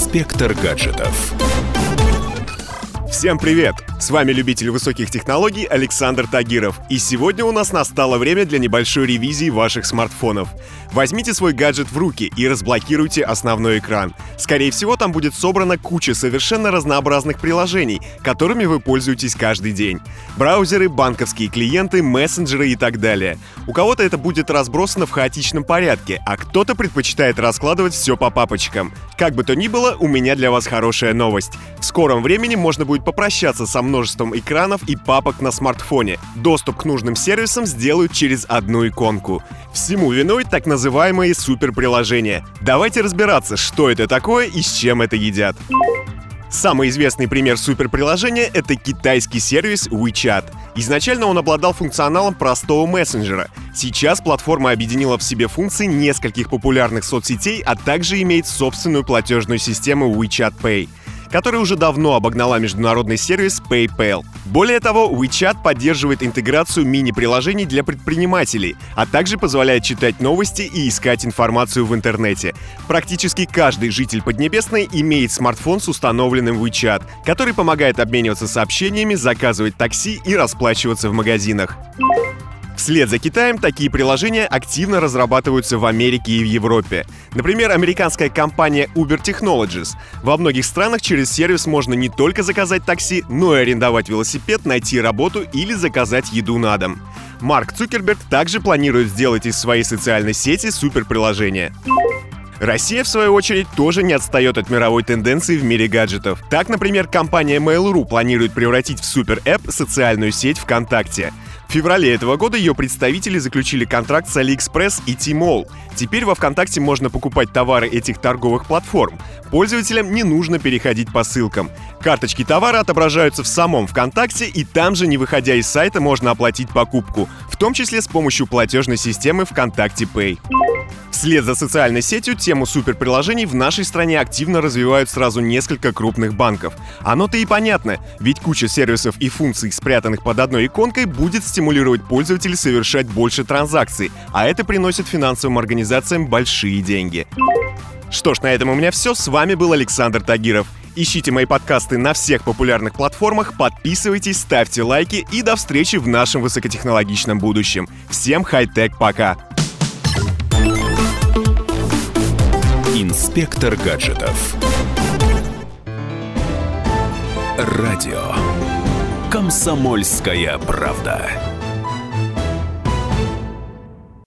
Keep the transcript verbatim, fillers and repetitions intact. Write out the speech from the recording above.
Инспектор гаджетов. Всем привет! С вами любитель высоких технологий Александр Тагиров. И сегодня у нас настало время для небольшой ревизии ваших смартфонов. Возьмите свой гаджет в руки и разблокируйте основной экран. Скорее всего, там будет собрана куча совершенно разнообразных приложений, которыми вы пользуетесь каждый день. Браузеры, банковские клиенты, мессенджеры и так далее. У кого-то это будет разбросано в хаотичном порядке, а кто-то предпочитает раскладывать все по папочкам. Как бы то ни было, у меня для вас хорошая новость. В скором времени можно будет попрощаться со множеством экранов и папок на смартфоне. Доступ к нужным сервисам сделают через одну иконку. Всему виной так называемые суперприложения. Давайте разбираться, что это такое и с чем это едят. Самый известный пример суперприложения — это китайский сервис WeChat. Изначально он обладал функционалом простого мессенджера. Сейчас платформа объединила в себе функции нескольких популярных соцсетей, а также имеет собственную платежную систему WeChat Pay, которая уже давно обогнала международный сервис PayPal. Более того, WeChat поддерживает интеграцию мини-приложений для предпринимателей, а также позволяет читать новости и искать информацию в интернете. Практически каждый житель Поднебесной имеет смартфон с установленным WeChat, который помогает обмениваться сообщениями, заказывать такси и расплачиваться в магазинах. Вслед за Китаем такие приложения активно разрабатываются в Америке и в Европе. Например, американская компания Uber Technologies. Во многих странах через сервис можно не только заказать такси, но и арендовать велосипед, найти работу или заказать еду на дом. Марк Цукерберг также планирует сделать из своей социальной сети суперприложение. Россия, в свою очередь, тоже не отстает от мировой тенденции в мире гаджетов. Так, например, компания Mail.ru планирует превратить в супер-эп социальную сеть ВКонтакте. В феврале этого года ее представители заключили контракт с AliExpress и Tmall. Теперь во ВКонтакте можно покупать товары этих торговых платформ. Пользователям не нужно переходить по ссылкам. Карточки товара отображаются в самом ВКонтакте, и там же, не выходя из сайта, можно оплатить покупку, в том числе с помощью платежной системы ВКонтакте Pay. Вслед за социальной сетью тему суперприложений в нашей стране активно развивают сразу несколько крупных банков. Оно-то и понятно, ведь куча сервисов и функций, спрятанных под одной иконкой, будет стимулировать пользователей совершать больше транзакций, а это приносит финансовым организациям большие деньги. Что ж, на этом у меня все. С вами был Александр Тагиров. Ищите мои подкасты на всех популярных платформах, подписывайтесь, ставьте лайки и до встречи в нашем высокотехнологичном будущем. Всем хай-тек, пока! Инспектор гаджетов. Радио. Комсомольская правда.